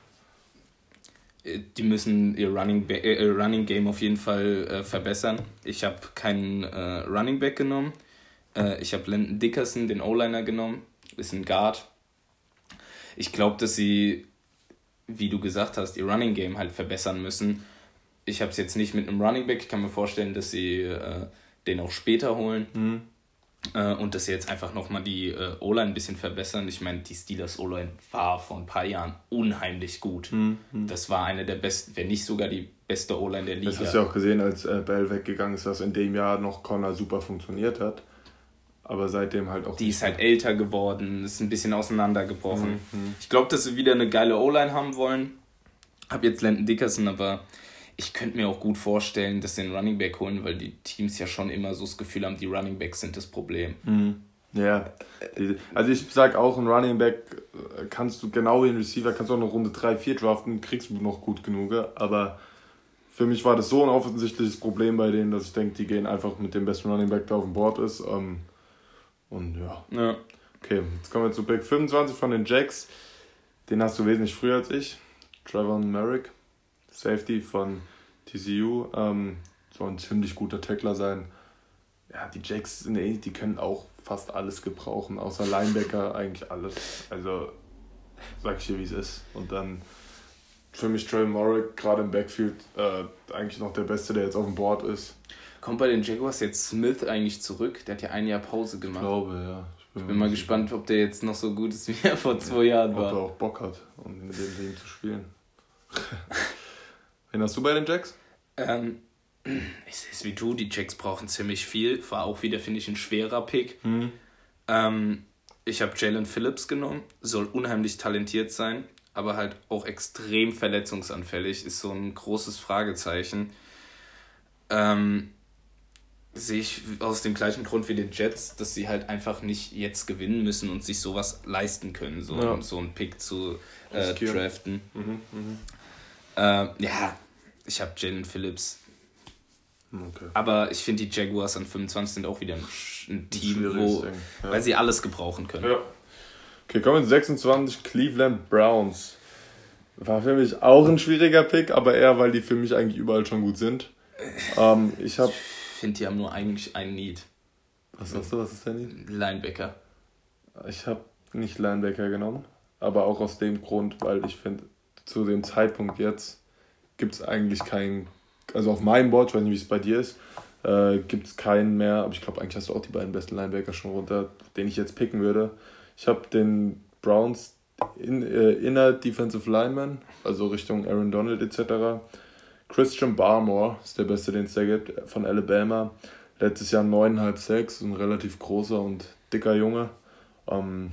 Die müssen ihr Running, ba- äh, Running Game auf jeden Fall äh, verbessern. Ich habe keinen äh, Running Back genommen. Äh, ich habe Landon Dickerson, den O-Liner, genommen. Ist ein Guard. Ich glaube, dass sie, wie du gesagt hast, ihr Running Game halt verbessern müssen. Ich habe es jetzt nicht mit einem Running Back. Ich kann mir vorstellen, dass sie äh, den auch später holen. Mhm. Äh, und dass sie jetzt einfach nochmal die äh, O-Line ein bisschen verbessern. Ich meine, die Steelers O-Line war vor ein paar Jahren unheimlich gut. Mhm. Das war eine der besten, wenn nicht sogar die beste O-Line der Liga. Das hast du ja auch gesehen, als äh, Bell weggegangen ist, dass in dem Jahr noch Conner super funktioniert hat. aber seitdem halt auch... Die ist halt älter geworden, ist ein bisschen auseinandergebrochen. Mhm. Ich glaube, dass sie wieder eine geile O-Line haben wollen. Hab jetzt Landon Dickerson, aber ich könnte mir auch gut vorstellen, dass sie einen Running Back holen, weil die Teams ja schon immer so das Gefühl haben, die Running Backs sind das Problem. Mhm. Ja, also ich sag auch, ein Running Back kannst du, genau wie ein Receiver, kannst du auch noch Runde drei, vier draften, kriegst du noch gut genug, aber für mich war das so ein offensichtliches Problem bei denen, dass ich denke, die gehen einfach mit dem besten Running Back, der auf dem Board ist, und ja. ja. Okay, jetzt kommen wir zu Pick fünfundzwanzig von den Jacks, den hast du wesentlich früher als ich, Trevon Merrick, Safety von T C U, ähm, soll ein ziemlich guter Tackler sein. Ja, die Jacks sind ähnlich, die können auch fast alles gebrauchen, außer Linebacker eigentlich alles. Also sag ich dir, wie es ist. Und dann für mich Trevor Merrick, gerade im Backfield, äh, eigentlich noch der Beste, der jetzt auf dem Board ist. Kommt bei den Jaguars jetzt Smith eigentlich zurück? Der hat ja ein Jahr Pause gemacht. Ich glaube, ja. Ich bin, ich bin mal gespannt, ob der jetzt noch so gut ist, wie er vor zwei Jahren ob war. Ob er auch Bock hat, um mit dem Team zu spielen. Wen hast du bei den Jacks? Ähm, ich sehe es wie du, die Jacks brauchen ziemlich viel. War auch wieder, finde ich, ein schwerer Pick. Hm. Ähm, ich habe Jalen Phillips genommen, soll unheimlich talentiert sein, aber halt auch extrem verletzungsanfällig, ist so ein großes Fragezeichen. Ähm, sehe ich aus dem gleichen Grund wie den Jets, dass sie halt einfach nicht jetzt gewinnen müssen und sich sowas leisten können, so, ja. so einen Pick zu äh, draften. Mhm, mh. Äh, ja, ich habe Jalen Phillips. Okay. Aber ich finde, die Jaguars an fünfundzwanzig sind auch wieder ein, ein Team, wo, Ding. Ja. weil sie alles gebrauchen können. Ja. Okay, kommen wir zu sechsundzwanzig, Cleveland Browns. War für mich auch ein schwieriger Pick, aber eher, weil die für mich eigentlich überall schon gut sind. Ähm, ich hab, ich finde, die haben nur eigentlich einen Need. Was sagst du, was ist der Need? Linebacker. Ich habe nicht Linebacker genommen, aber auch aus dem Grund, weil ich finde, zu dem Zeitpunkt jetzt gibt es eigentlich keinen, also auf meinem Board, ich weiß nicht, wie es bei dir ist, äh, gibt es keinen mehr, aber ich glaube, eigentlich hast du auch die beiden besten Linebacker schon runter, den ich jetzt picken würde. Ich habe den Browns in, äh, Inner Defensive Lineman, also Richtung Aaron Donald et cetera. Christian Barmore ist der Beste, den es da gibt, von Alabama. Letztes Jahr neun Komma fünf sechs, ein relativ großer und dicker Junge. Ähm,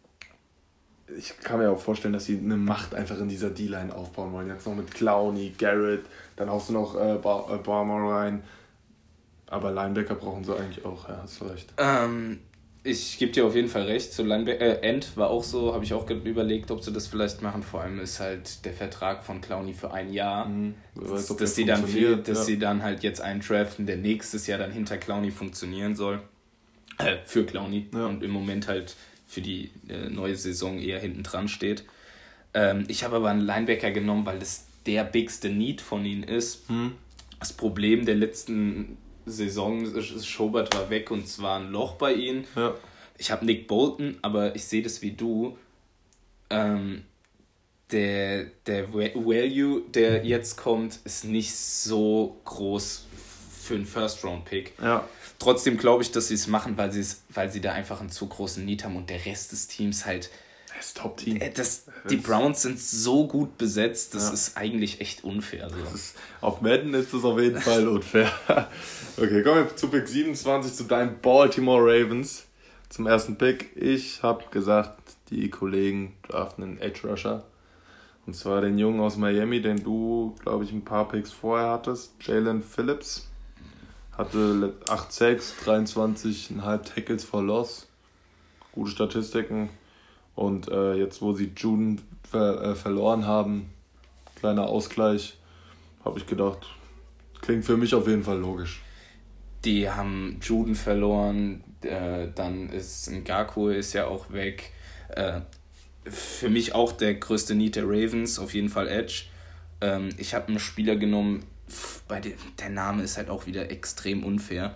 ich kann mir auch vorstellen, dass sie eine Macht einfach in dieser D-Line aufbauen wollen. Jetzt noch mit Clowney, Garrett, dann haust du noch äh, Bar- äh, Barmore rein. Aber Linebacker brauchen sie eigentlich auch, ja, hast du recht. Ähm, ich gebe dir auf jeden Fall recht. So Linebacker, äh, End war auch so, habe ich auch überlegt, ob sie das vielleicht machen. Vor allem ist halt der Vertrag von Clowney für ein Jahr. Mhm. Weiß, dass sie dann viel, dass ja. sie dann halt jetzt einen draften, der nächstes Jahr dann hinter Clowney funktionieren soll. Äh, für Clowney. Ja. Und im Moment halt für die äh, neue Saison eher hinten dran steht. Ähm, ich habe aber einen Linebacker genommen, weil das der bigste Need von ihnen ist. Mhm. Das Problem der letzten Saison, Schobert war weg und es war ein Loch bei ihnen. Ja. Ich habe Nick Bolton, aber ich sehe das wie du. Ähm, der, der Value, der jetzt kommt, ist nicht so groß für einen First-Round-Pick. Ja. Trotzdem glaube ich, dass sie es machen, weil, weil sie da einfach einen zu großen Need haben und der Rest des Teams halt... Das Top-Team. Das, die Browns sind so gut besetzt, das ja. ist eigentlich echt unfair. So. Das ist, auf Madden ist das auf jeden Fall unfair. Okay, kommen wir zu Pick siebenundzwanzig, zu deinen Baltimore Ravens. Zum ersten Pick. Ich habe gesagt, die Kollegen draften einen Edge Rusher. Und zwar den Jungen aus Miami, den du, glaube ich, ein paar Picks vorher hattest. Jalen Phillips. Hatte acht sechs, dreiundzwanzig Komma fünf Tackles for Loss. Gute Statistiken. Und äh, jetzt, wo sie Juden ver- äh, verloren haben, kleiner Ausgleich, habe ich gedacht, klingt für mich auf jeden Fall logisch. Die haben Juden verloren, äh, dann ist Ngakoue ist ja auch weg. Äh, für mich auch der größte Need der Ravens, auf jeden Fall Edge. Ähm, ich habe einen Spieler genommen, bei dem, der Name ist halt auch wieder extrem unfair.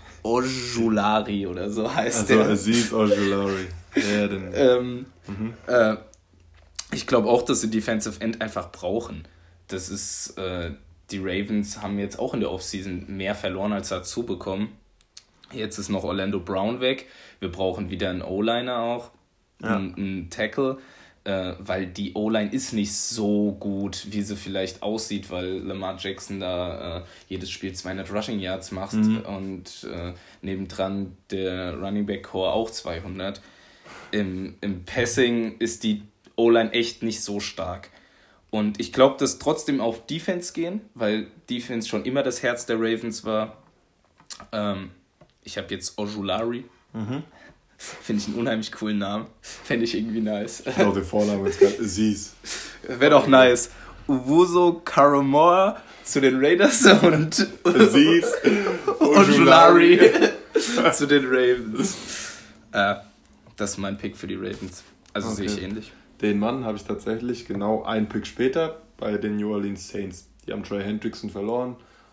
Ojulari oder so heißt also, der. Also Aziz Ojulari. Ja, denn. ähm, mhm. äh, ich glaube auch, dass sie Defensive End einfach brauchen. Das ist, äh, die Ravens haben jetzt auch in der Offseason mehr verloren als dazu bekommen. Jetzt ist noch Orlando Brown weg. Wir brauchen wieder einen O-Liner auch, ja. einen, einen Tackle. äh, weil die O-Line ist nicht so gut, wie sie vielleicht aussieht, weil Lamar Jackson da äh, jedes Spiel zweihundert Rushing Yards macht mhm. und äh, nebendran der Running Back Core auch zweihundert. Im, im Passing ist die O-Line echt nicht so stark. Und ich glaube, dass trotzdem auf Defense gehen, weil Defense schon immer das Herz der Ravens war. Ähm, ich habe jetzt Ojulari. Mhm. Finde ich einen unheimlich coolen Namen. Fände ich irgendwie nice. Ich glaube, der Vorname ist gerade Aziz. Wäre doch nice. Uwuso Karamo zu den Raiders und Aziz Ojulari zu den Ravens. Äh, das ist mein Pick für die Ravens. Also okay. Sehe ich ähnlich. Den Mann habe ich tatsächlich genau einen Pick später bei den New Orleans Saints. Die haben Trey Hendrickson verloren.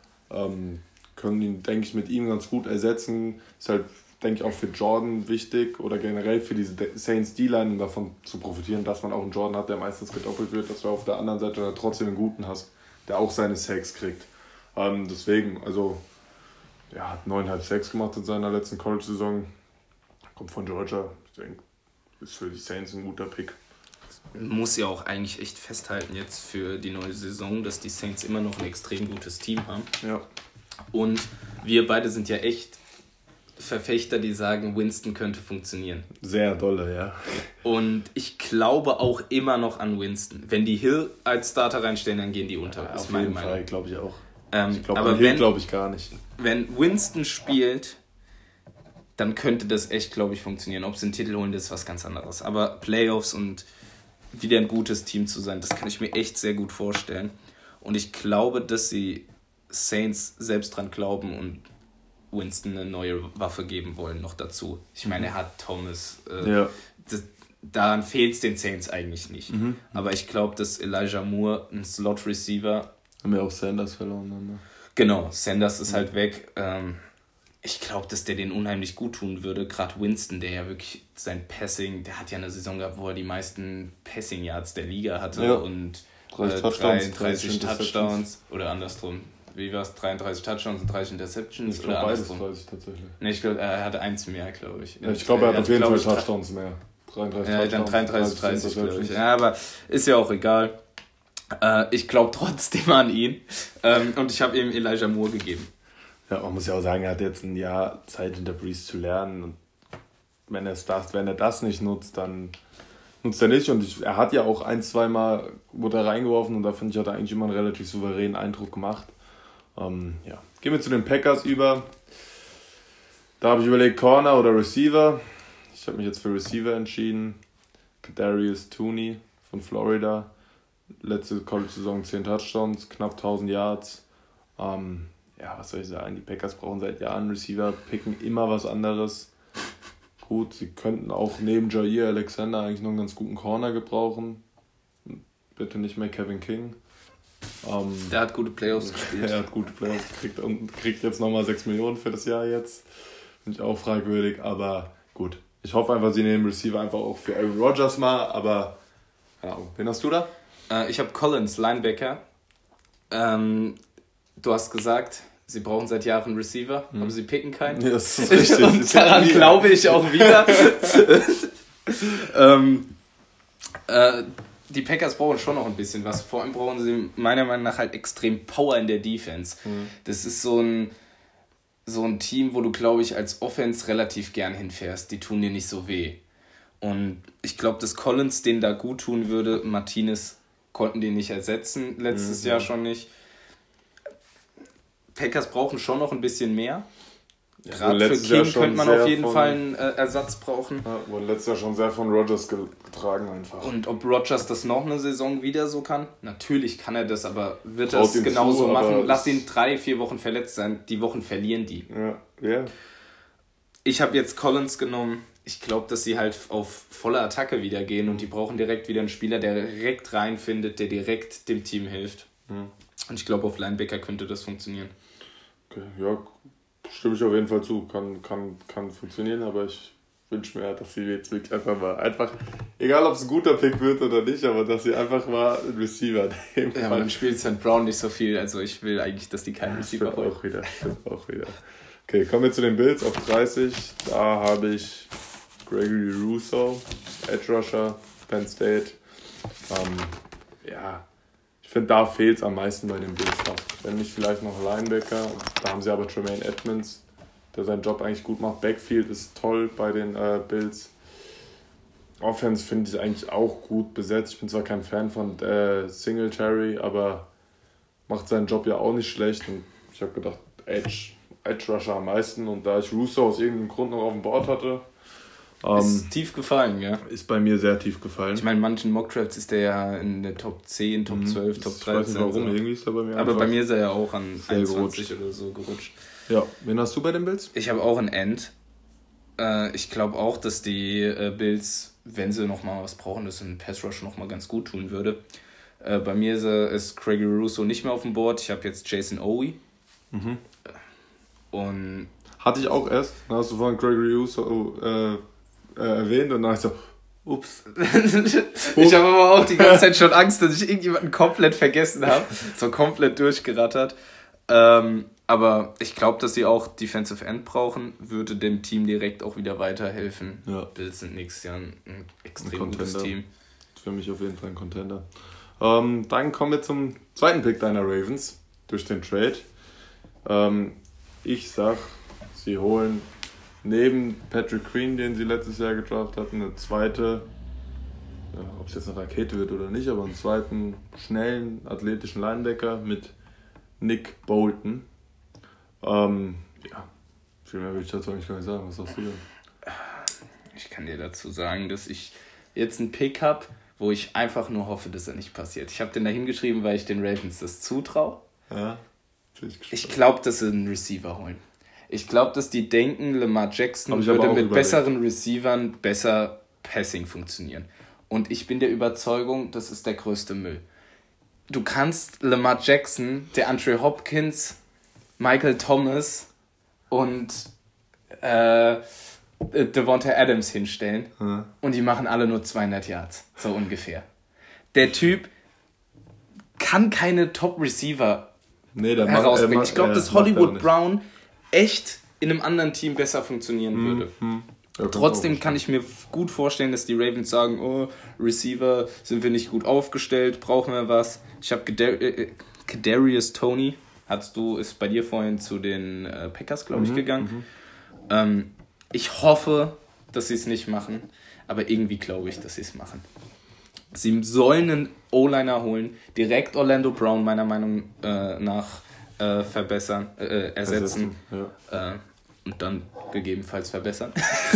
Ähm, können ihn, denke ich, mit ihm ganz gut ersetzen. Ist halt, denke ich, auch für Jordan wichtig oder generell für diese Saints D-Line, um davon zu profitieren, dass man auch einen Jordan hat, der meistens gedoppelt wird, dass du auf der anderen Seite trotzdem einen guten hast, der auch seine Sacks kriegt. Ähm, deswegen, also, er hat neuneinhalb Sacks gemacht in seiner letzten College-Saison. Kommt von Georgia. Ich denke, ist für die Saints ein guter Pick. Muss ja auch eigentlich echt festhalten jetzt für die neue Saison, dass die Saints immer noch ein extrem gutes Team haben. Ja. Und wir beide sind ja echt Verfechter, die sagen, Winston könnte funktionieren. Sehr dolle, ja. Und ich glaube auch immer noch an Winston. Wenn die Hill als Starter reinstellen, dann gehen die unter. Ja, ist auf meine jeden Meinung. Fall, glaube ich auch. Ähm, ich glaube, aber an Hill glaube ich gar nicht. Wenn Winston spielt, dann könnte das echt, glaube ich, funktionieren. Ob sie einen Titel holen, das ist was ganz anderes. Aber Playoffs und wieder ein gutes Team zu sein, das kann ich mir echt sehr gut vorstellen. Und ich glaube, dass die Saints selbst dran glauben und Winston eine neue Waffe geben wollen noch dazu. Ich meine, er hat Thomas. Äh, ja. das, daran fehlt es den Saints eigentlich nicht. Mhm. Aber ich glaube, dass Elijah Moore, ein Slot-Receiver... Haben wir auch Sanders verloren. Ne? Genau, Sanders ist mhm. halt weg. Ähm, ich glaube, dass der den unheimlich gut tun würde. Gerade Winston, der ja wirklich sein Passing, der hat ja eine Saison gehabt, wo er die meisten Passing-Yards der Liga hatte ja. und dreißig äh, Touchdowns, dreiunddreißig Touchdowns oder andersrum. Wie war es? dreiunddreißig Touchdowns und dreißig Interceptions? Ich oder glaube beides andersrum? dreißig tatsächlich. Ne, ich glaube, er hatte eins mehr, glaube ich. Ja, ich glaube, er hat er auf jeden Fall ich, Touchdowns mehr. dreiunddreißig ja, Touchdowns. dann dreiunddreißig, dreißig, glaube ich. Ja, aber ist ja auch egal. Äh, ich glaube trotzdem an ihn. Ähm, und ich habe ihm Elijah Moore gegeben. Ja, man muss ja auch sagen, er hat jetzt ein Jahr Zeit hinter Breeze zu lernen. Und wenn, das, wenn er das nicht nutzt, dann nutzt er nicht. Und ich, er hat ja auch ein, zwei Mal wurde er reingeworfen und da finde ich, hat er eigentlich immer einen relativ souveränen Eindruck gemacht. Ähm, ja. Gehen wir zu den Packers über. Da habe ich überlegt, Corner oder Receiver. Ich habe mich jetzt für Receiver entschieden. Kadarius Toney von Florida. Letzte College-Saison zehn Touchdowns, knapp tausend Yards. Ähm, ja, was soll ich sagen? Die Packers brauchen seit Jahren Receiver, picken immer was anderes. Gut, sie könnten auch neben Jair Alexander eigentlich noch einen ganz guten Corner gebrauchen. Bitte nicht mehr Kevin King. Ähm, Der hat gute Playoffs gespielt. Er hat gute Playoffs gekriegt und kriegt jetzt nochmal sechs Millionen für das Jahr jetzt. Finde ich auch fragwürdig, aber gut. Ich hoffe einfach, sie nehmen Receiver einfach auch für Aaron Rodgers mal, aber keine Ahnung. Wen hast du da? Äh, ich habe Collins, Linebacker. Ähm, du hast gesagt, sie brauchen seit Jahren einen Receiver, hm. aber sie picken keinen. Ja, das ist richtig. Und daran glaube ich auch wieder. ähm, äh, die Packers brauchen schon noch ein bisschen was. Vor allem brauchen sie meiner Meinung nach halt extrem Power in der Defense. Hm. Das ist so ein, so ein Team, wo du, glaube ich, als Offense relativ gern hinfährst. Die tun dir nicht so weh. Und ich glaube, dass Collins den da gut tun würde. Martinez konnten den nicht ersetzen, letztes mhm. Jahr schon nicht. Packers brauchen schon noch ein bisschen mehr. Ja, gerade für King könnte man auf jeden von, Fall einen äh, Ersatz brauchen. Ja, wurde letztes Jahr schon sehr von Rodgers getragen einfach. Und ob Rodgers das noch eine Saison wieder so kann? Natürlich kann er das, aber wird er es genauso zu, machen? Lass ihn drei, vier Wochen verletzt sein. Die Wochen verlieren die. Ja, ja. Ich habe jetzt Collins genommen. Ich glaube, dass sie halt auf volle Attacke wieder gehen und die brauchen direkt wieder einen Spieler, der direkt reinfindet, der direkt dem Team hilft. Mhm. Und ich glaube, auf Linebacker könnte das funktionieren. Okay, ja, stimme ich auf jeden Fall zu. Kann, kann, kann funktionieren, aber ich wünsche mir, dass sie jetzt wirklich einfach mal einfach, egal ob es ein guter Pick wird oder nicht, aber dass sie einfach mal einen Receiver nehmen. Ja, aber dann spielt Saint Brown nicht so viel, also ich will eigentlich, dass die keinen Receiver holen. Auch wieder, auch wieder. Okay, kommen wir zu den Bills auf dreißig. Da habe ich Gregory Rousseau, Edge Rusher, Penn State. Ähm, ja, ich finde, da fehlt es am meisten bei den Bills fast. Wenn nicht vielleicht noch Linebacker, da haben sie aber Tremaine Edmonds, der seinen Job eigentlich gut macht. Backfield ist toll bei den äh, Bills. Offense finde ich eigentlich auch gut besetzt. Ich bin zwar kein Fan von äh, Singletary, aber macht seinen Job ja auch nicht schlecht. Und ich habe gedacht, Edge, Edge Rusher am meisten. Und da ich Russo aus irgendeinem Grund noch auf dem Board hatte, ähm, ist tief gefallen, ja. Ist bei mir sehr tief gefallen. Ich meine, manchen Mockdrafts ist der ja in der Top zehn, Top zwölf, mhm. Top dreizehn. Ich weiß nicht warum, so. Irgendwie ist er bei mir Aber bei mir ist er ja auch an einundzwanzig gerutscht. Oder so gerutscht. Ja, wen hast du bei den Bills? Ich habe auch ein End. Äh, ich glaube auch, dass die äh, Bills, wenn sie nochmal was brauchen, das ein Pass Rush nochmal ganz gut tun würde. Äh, bei mir ist, äh, ist Craig Russo nicht mehr auf dem Board. Ich habe jetzt Jason Owe. Mhm. Und hatte ich auch erst. Dann hast du vorhin Gregory Russo äh, äh, erwähnt und dann ich so, ups. Ich habe aber auch die ganze Zeit schon Angst, dass ich irgendjemanden komplett vergessen habe. So komplett durchgerattert. Ähm, aber ich glaube, dass sie auch Defensive End brauchen, würde dem Team direkt auch wieder weiterhelfen. Ja. Bills sind nächstes Jahr ein, ein extrem ein gutes Team. Für mich auf jeden Fall ein Contender. Ähm, dann kommen wir zum zweiten Pick deiner Ravens durch den Trade. Ähm, ich sag, sie holen neben Patrick Queen, den sie letztes Jahr gedraftet hatten, eine zweite, ja, ob es jetzt eine Rakete wird oder nicht, aber einen zweiten schnellen, athletischen Linebacker mit Nick Bolton. Ähm, ja, viel mehr will ich dazu eigentlich gar nicht sagen. Was sagst du denn? Ich kann dir dazu sagen, dass ich jetzt einen Pick habe, wo ich einfach nur hoffe, dass er nicht passiert. Ich habe den da hingeschrieben, weil ich den Ravens das zutraue. Ja, ich ich glaube, dass sie einen Receiver holen. Ich glaube, dass die denken, Lamar Jackson würde mit überlegt. besseren Receivern besser Passing funktionieren. Und ich bin der Überzeugung, das ist der größte Müll. Du kannst Lamar Jackson, der Andre Hopkins, Michael Thomas und äh, Devonta Adams hinstellen hm. und die machen alle nur zweihundert Yards, so ungefähr. Der Typ kann keine Top-Receiver nee, herausbringen. Macht, ich glaube, dass Hollywood Brown echt in einem anderen Team besser funktionieren hm, würde. Hm. Ja, Trotzdem kann ich mir gut vorstellen, dass die Ravens sagen, oh, Receiver sind wir nicht gut aufgestellt, brauchen wir was. Ich habe Kadar- äh, Kadarius Toney, hast du, ist bei dir vorhin zu den äh, Packers, glaube ich, mhm, gegangen. Mhm. Ähm, ich hoffe, dass sie es nicht machen, aber irgendwie glaube ich, dass sie es machen. Sie sollen einen O-Liner holen, direkt Orlando Brown meiner Meinung äh, nach äh, verbessern, äh, ersetzen. ersetzen ja. äh, und dann gegebenenfalls verbessern.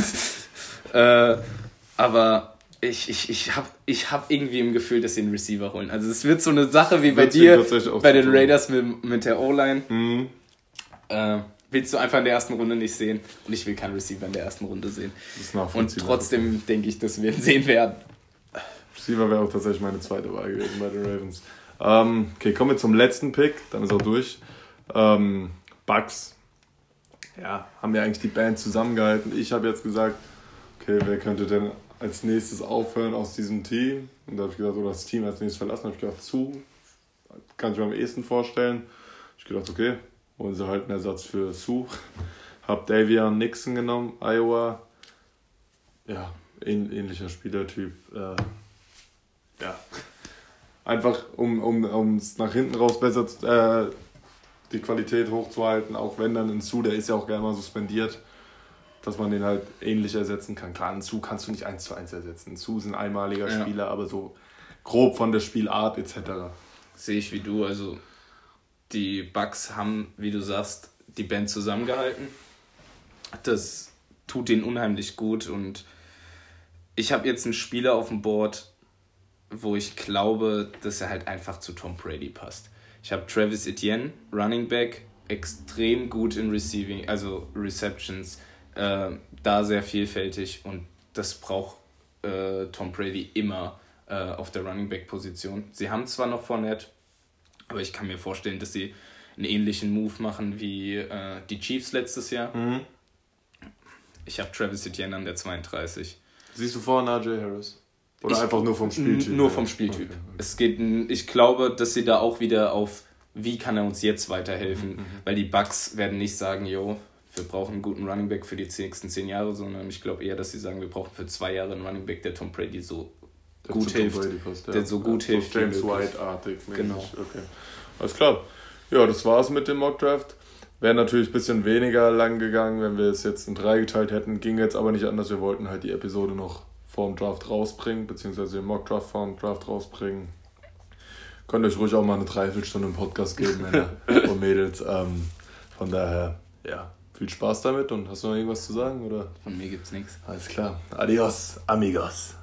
äh, aber ich, ich, ich habe ich hab irgendwie im Gefühl, dass sie einen Receiver holen. Also es wird so eine Sache wie bei dir, bei den Raiders mit, mit der O-Line. Mhm. Äh, willst du einfach in der ersten Runde nicht sehen. Und ich will keinen Receiver in der ersten Runde sehen. Und trotzdem denke ich, dass wir ihn sehen werden. Receiver wäre auch tatsächlich meine zweite Wahl gewesen bei den Ravens. Ähm, okay, kommen wir zum letzten Pick. Dann ist auch durch. Ähm, Bucks. Ja, haben ja eigentlich die Band zusammengehalten. Ich habe jetzt gesagt, okay, wer könnte denn als nächstes aufhören aus diesem Team? Und da habe ich gesagt, oder das Team als nächstes verlassen. Da habe ich gedacht, zu, kann ich mir am ehesten vorstellen. Ich habe gedacht, okay, holen sie halt einen Ersatz für Sue. Habe Davian Nixon genommen, Iowa. Ja, ähn, ähnlicher Spielertyp. Äh, ja, einfach um um um es nach hinten raus besser zu, äh, die Qualität hochzuhalten, auch wenn dann ein Sue, der ist ja auch gerne mal suspendiert, dass man den halt ähnlich ersetzen kann. Klar, einen Sue kannst du nicht eins zu eins ersetzen. Ein Sue ist ein einmaliger ja. Spieler, aber so grob von der Spielart et cetera. Sehe ich wie du, also die Bucks haben, wie du sagst, die Band zusammengehalten. Das tut denen unheimlich gut und ich habe jetzt einen Spieler auf dem Board, wo ich glaube, dass er halt einfach zu Tom Brady passt. Ich habe Travis Etienne, Running Back, extrem gut in Receiving, also Receptions, äh, da sehr vielfältig und das braucht äh, Tom Brady immer äh, auf der Running Back Position. Sie haben zwar noch Fournette, aber ich kann mir vorstellen, dass sie einen ähnlichen Move machen wie äh, die Chiefs letztes Jahr. Mhm. Ich habe Travis Etienne an der zweiunddreißig. Siehst du vor Najee Harris? Oder ich, einfach nur vom Spieltyp? Nur vom Spieltyp. Okay, okay. Es geht, ich glaube, dass sie da auch wieder auf, wie kann er uns jetzt weiterhelfen? Mhm. Weil die Bucks werden nicht sagen, yo, wir brauchen einen guten Running Back für die nächsten zehn Jahre, sondern ich glaube eher, dass sie sagen, wir brauchen für zwei Jahre einen Running Back, der Tom Brady so der gut hilft. Passt, ja. Der so gut ja, hilft. So James White-artig. Genau. Okay. Alles klar. Ja, das war's mit dem Mockdraft. Wäre natürlich ein bisschen weniger lang gegangen, wenn wir es jetzt in drei geteilt hätten. Ging jetzt aber nicht anders. Wir wollten halt die Episode noch vorm Draft rausbringen, beziehungsweise den Mockdraft vorm Draft rausbringen. Könnt euch ruhig auch mal eine Dreiviertelstunde im Podcast geben, Männer und Mädels. Ähm, von daher, ja, viel Spaß damit. Und hast du noch irgendwas zu sagen? Oder? Von mir gibt's nichts. Alles klar. Adios, amigos.